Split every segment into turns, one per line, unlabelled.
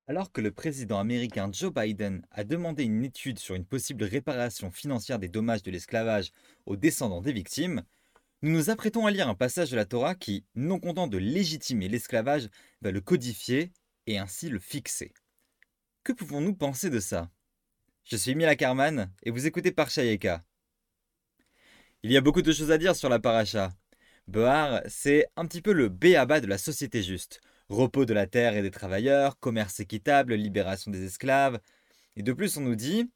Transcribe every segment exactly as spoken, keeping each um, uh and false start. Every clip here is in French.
Alors que le président américain Joe Biden a demandé une étude sur une possible réparation financière des dommages de l'esclavage aux descendants des victimes, nous nous apprêtons à lire un passage de la Torah qui, non content de légitimer l'esclavage, va le codifier et ainsi le fixer. Que pouvons-nous penser de ça? Je suis Mila Karman et vous écoutez Parshayeka. Il y a beaucoup de choses à dire sur la paracha. Behar, c'est un petit peu le béaba de la société juste. Repos de la terre et des travailleurs, commerce équitable, libération des esclaves. Et de plus, on nous dit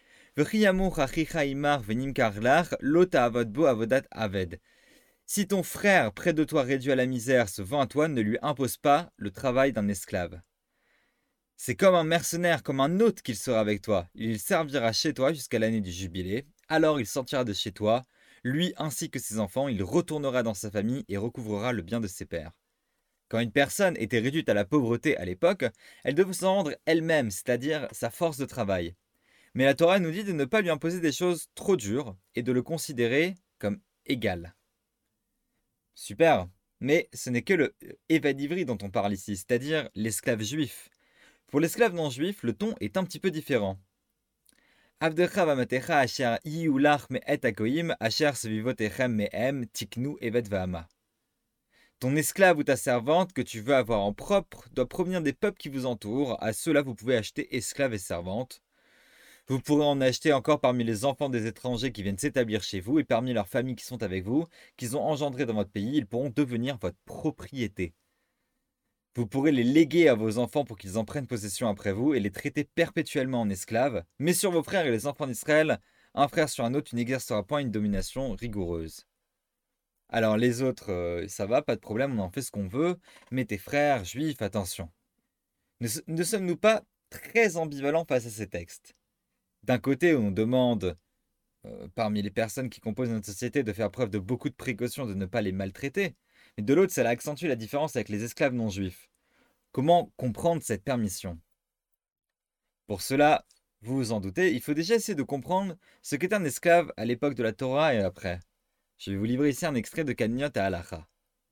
Si ton frère près de toi réduit à la misère se vend à toi, ne lui impose pas le travail d'un esclave. C'est comme un mercenaire, comme un hôte qu'il sera avec toi. Il servira chez toi jusqu'à l'année du jubilé. Alors il sortira de chez toi. Lui ainsi que ses enfants, il retournera dans sa famille et recouvrera le bien de ses pères. Quand une personne était réduite à la pauvreté à l'époque, elle devait s'en rendre elle-même, c'est-à-dire sa force de travail. Mais la Torah nous dit de ne pas lui imposer des choses trop dures et de le considérer comme égal. Super. Mais ce n'est que le Evad Ivri dont on parle ici, c'est-à-dire l'esclave juif. Pour l'esclave non juif, le ton est un petit peu différent. Avdecha vamatecha asher yiulach me'et hagoyim asher sevivotechem me'em tiknu evet va'ama. Ton esclave ou ta servante que tu veux avoir en propre doit provenir des peuples qui vous entourent. À ceux-là, vous pouvez acheter esclaves et servantes. Vous pourrez en acheter encore parmi les enfants des étrangers qui viennent s'établir chez vous et parmi leurs familles qui sont avec vous, qu'ils ont engendrés dans votre pays, ils pourront devenir votre propriété. Vous pourrez les léguer à vos enfants pour qu'ils en prennent possession après vous et les traiter perpétuellement en esclaves. Mais sur vos frères et les enfants d'Israël, un frère sur un autre, tu n'exerceras point une domination rigoureuse. Alors les autres, euh, ça va, pas de problème, on en fait ce qu'on veut, mais tes frères juifs, attention. Ne, ne sommes-nous pas très ambivalents face à ces textes? D'un côté, on demande, euh, parmi les personnes qui composent notre société, de faire preuve de beaucoup de précautions, de ne pas les maltraiter. Mais de l'autre, ça accentue la différence avec les esclaves non juifs. Comment comprendre cette permission? Pour cela, vous vous en doutez, il faut déjà essayer de comprendre ce qu'est un esclave à l'époque de la Torah et après. Je vais vous livrer ici un extrait de Kaniot à Halacha.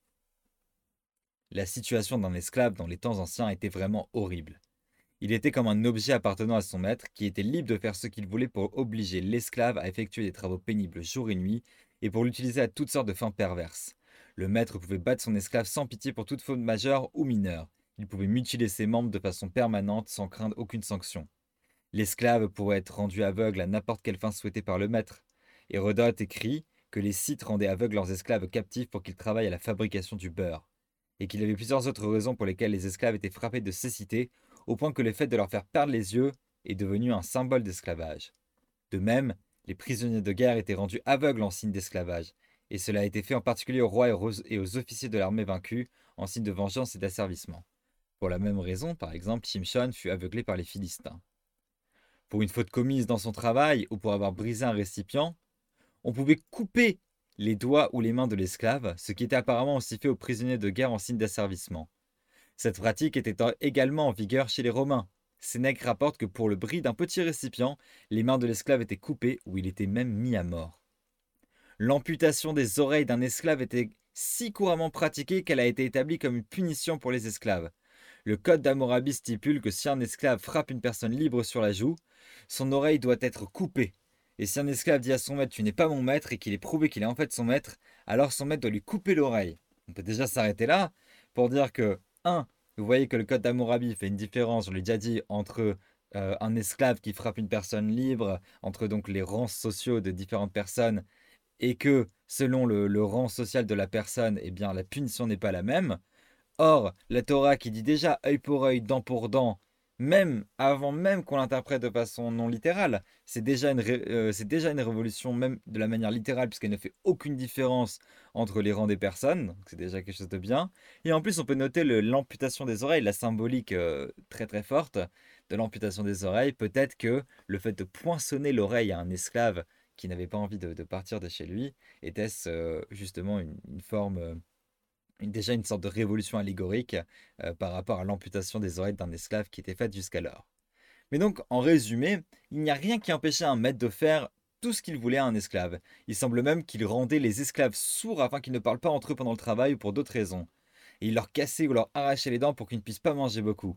La situation d'un esclave dans les temps anciens était vraiment horrible. Il était comme un objet appartenant à son maître, qui était libre de faire ce qu'il voulait pour obliger l'esclave à effectuer des travaux pénibles jour et nuit, et pour l'utiliser à toutes sortes de fins perverses. Le maître pouvait battre son esclave sans pitié pour toute faute majeure ou mineure. Il pouvait mutiler ses membres de façon permanente sans craindre aucune sanction. L'esclave pourrait être rendu aveugle à n'importe quelle fin souhaitée par le maître. Hérodote écrit que les Scythes rendaient aveugles leurs esclaves captifs pour qu'ils travaillent à la fabrication du beurre, et qu'il y avait plusieurs autres raisons pour lesquelles les esclaves étaient frappés de cécité, au point que le fait de leur faire perdre les yeux est devenu un symbole d'esclavage. De même, les prisonniers de guerre étaient rendus aveugles en signe d'esclavage, et cela a été fait en particulier aux rois et aux officiers de l'armée vaincus, en signe de vengeance et d'asservissement. Pour la même raison, par exemple, Shimshon fut aveuglé par les Philistins. Pour une faute commise dans son travail ou pour avoir brisé un récipient, on pouvait couper les doigts ou les mains de l'esclave, ce qui était apparemment aussi fait aux prisonniers de guerre en signe d'asservissement. Cette pratique était également en vigueur chez les Romains. Sénèque rapporte que pour le bris d'un petit récipient, les mains de l'esclave étaient coupées ou il était même mis à mort. L'amputation des oreilles d'un esclave était si couramment pratiquée qu'elle a été établie comme une punition pour les esclaves. Le code d'Hammurabi stipule que si un esclave frappe une personne libre sur la joue, son oreille doit être coupée. Et si un esclave dit à son maître « tu n'es pas mon maître » et qu'il est prouvé qu'il est en fait son maître, alors son maître doit lui couper l'oreille. On peut déjà s'arrêter là pour dire que, un, vous voyez que le code d'Hammurabi fait une différence, je l'ai déjà dit, entre euh, un esclave qui frappe une personne libre, entre donc les rangs sociaux de différentes personnes, et que selon le, le rang social de la personne, eh bien la punition n'est pas la même. Or, la Torah qui dit déjà œil pour œil, dent pour dent, même avant même qu'on l'interprète de façon non littérale, c'est déjà, une ré- euh, c'est déjà une révolution même de la manière littérale puisqu'elle ne fait aucune différence entre les rangs des personnes, donc c'est déjà quelque chose de bien. Et en plus, on peut noter le- l'amputation des oreilles, la symbolique euh, très très forte de l'amputation des oreilles. Peut-être que le fait de poinçonner l'oreille à un esclave qui n'avait pas envie de, de partir de chez lui, était-ce euh, justement une, une forme... euh, une- déjà une sorte de révolution allégorique euh, par rapport à l'amputation des oreilles d'un esclave qui était faite jusqu'alors. Mais donc, en résumé, il n'y a rien qui empêchait un maître de faire tout ce qu'il voulait à un esclave. Il semble même qu'il rendait les esclaves sourds afin qu'ils ne parlent pas entre eux pendant le travail ou pour d'autres raisons. Et il leur cassait ou leur arrachait les dents pour qu'ils ne puissent pas manger beaucoup.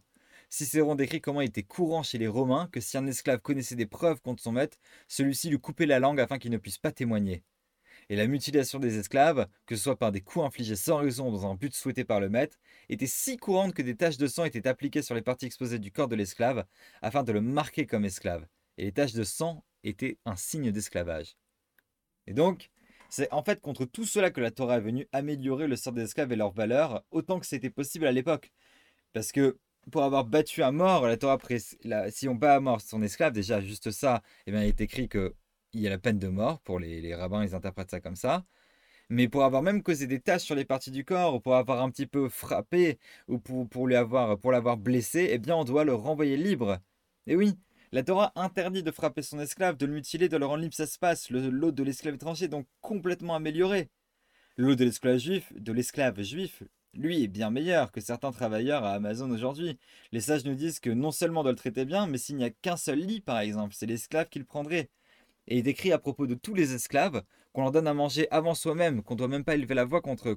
Cicéron décrit comment il était courant chez les Romains que si un esclave connaissait des preuves contre son maître, celui-ci lui coupait la langue afin qu'il ne puisse pas témoigner. Et la mutilation des esclaves, que ce soit par des coups infligés sans raison dans un but souhaité par le maître, était si courante que des taches de sang étaient appliquées sur les parties exposées du corps de l'esclave afin de le marquer comme esclave. Et les taches de sang étaient un signe d'esclavage. Et donc, c'est en fait contre tout cela que la Torah est venue améliorer le sort des esclaves et leur valeur, autant que c'était possible à l'époque. Parce que pour avoir battu à mort, la Torah, pré- la- si on bat à mort son esclave, déjà juste ça, eh bien, il est écrit qu'il y a la peine de mort, pour les, les rabbins, ils interprètent ça comme ça. Mais pour avoir même causé des taches sur les parties du corps, ou pour avoir un petit peu frappé, ou pour, pour lui avoir, pour l'avoir blessé, eh bien on doit le renvoyer libre. Et oui, la Torah interdit de frapper son esclave, de le mutiler, de le rendre libre, ça se passe. Le lot de l'esclave étranger est donc complètement amélioré. Le lot de l'esclave juif, de l'esclave juif, lui est bien meilleur que certains travailleurs à Amazon aujourd'hui. Les sages nous disent que non seulement on doit le traiter bien, mais s'il n'y a qu'un seul lit par exemple, c'est l'esclave qui le prendrait. Et il décrit à propos de tous les esclaves qu'on leur donne à manger avant soi-même, qu'on ne doit même pas élever la voix contre eux.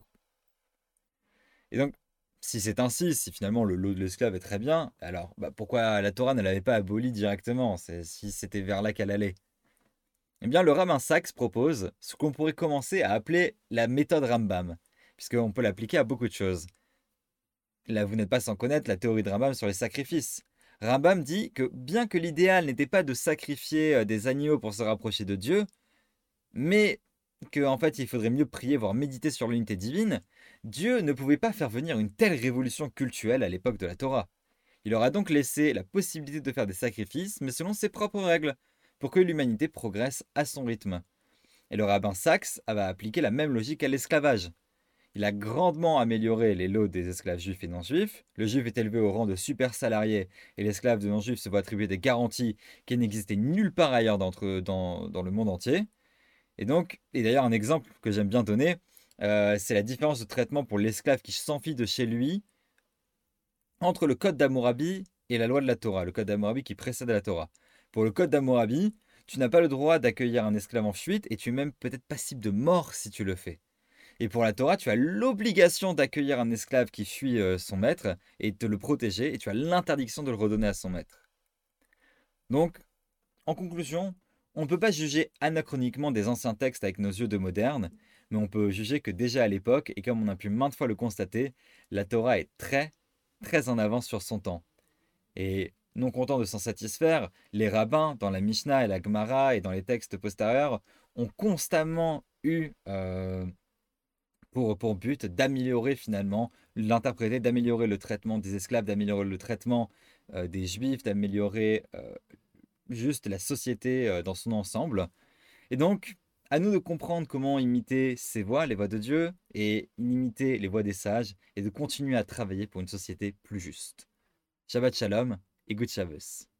Et donc, si c'est ainsi, si finalement le lot de l'esclave est très bien, alors bah, pourquoi la Torah ne l'avait pas aboli directement, c'est- si c'était vers là qu'elle allait? Eh bien, le rabbin Sachs propose ce qu'on pourrait commencer à appeler la méthode Rambam, puisqu'on peut l'appliquer à beaucoup de choses. Là, vous n'êtes pas sans connaître la théorie de Rambam sur les sacrifices. Rambam dit que bien que l'idéal n'était pas de sacrifier euh, des agneaux pour se rapprocher de Dieu, mais que en fait il faudrait mieux prier, voire méditer sur l'unité divine, Dieu ne pouvait pas faire venir une telle révolution cultuelle à l'époque de la Torah. Il leur a donc laissé la possibilité de faire des sacrifices, mais selon ses propres règles, pour que l'humanité progresse à son rythme. Et le rabbin Sachs avait appliqué la même logique à l'esclavage. Il a grandement amélioré les lots des esclaves juifs et non-juifs. Le juif est élevé au rang de super salarié et l'esclave de non-juif se voit attribuer des garanties qui n'existaient nulle part ailleurs dans, dans, dans le monde entier. Et donc, et d'ailleurs un exemple que j'aime bien donner, euh, c'est la différence de traitement pour l'esclave qui s'enfuit de chez lui entre le code d'Hammurabi et la loi de la Torah, le code d'Hammurabi qui précède la Torah. Pour le code d'Hammurabi, tu n'as pas le droit d'accueillir un esclave en fuite et tu es même peut-être passible de mort si tu le fais. Et pour la Torah, tu as l'obligation d'accueillir un esclave qui fuit euh, son maître et de le protéger, et tu as l'interdiction de le redonner à son maître. Donc, en conclusion, on ne peut pas juger anachroniquement des anciens textes avec nos yeux de moderne, mais on peut juger que déjà à l'époque, et comme on a pu maintes fois le constater, la Torah est très, très en avance sur son temps. Et non contents de s'en satisfaire, les rabbins, dans la Mishnah et la Gemara et dans les textes postérieurs, ont constamment eu euh, pour, pour but d'améliorer finalement, l'interpréter, d'améliorer le traitement des esclaves, d'améliorer le traitement euh, des juifs, d'améliorer euh, juste la société euh, dans son ensemble. Et donc, à nous de comprendre comment imiter ces voix, les voix de Dieu, et imiter les voix des sages, et de continuer à travailler pour une société plus juste. Shabbat Shalom et Good Shabbos.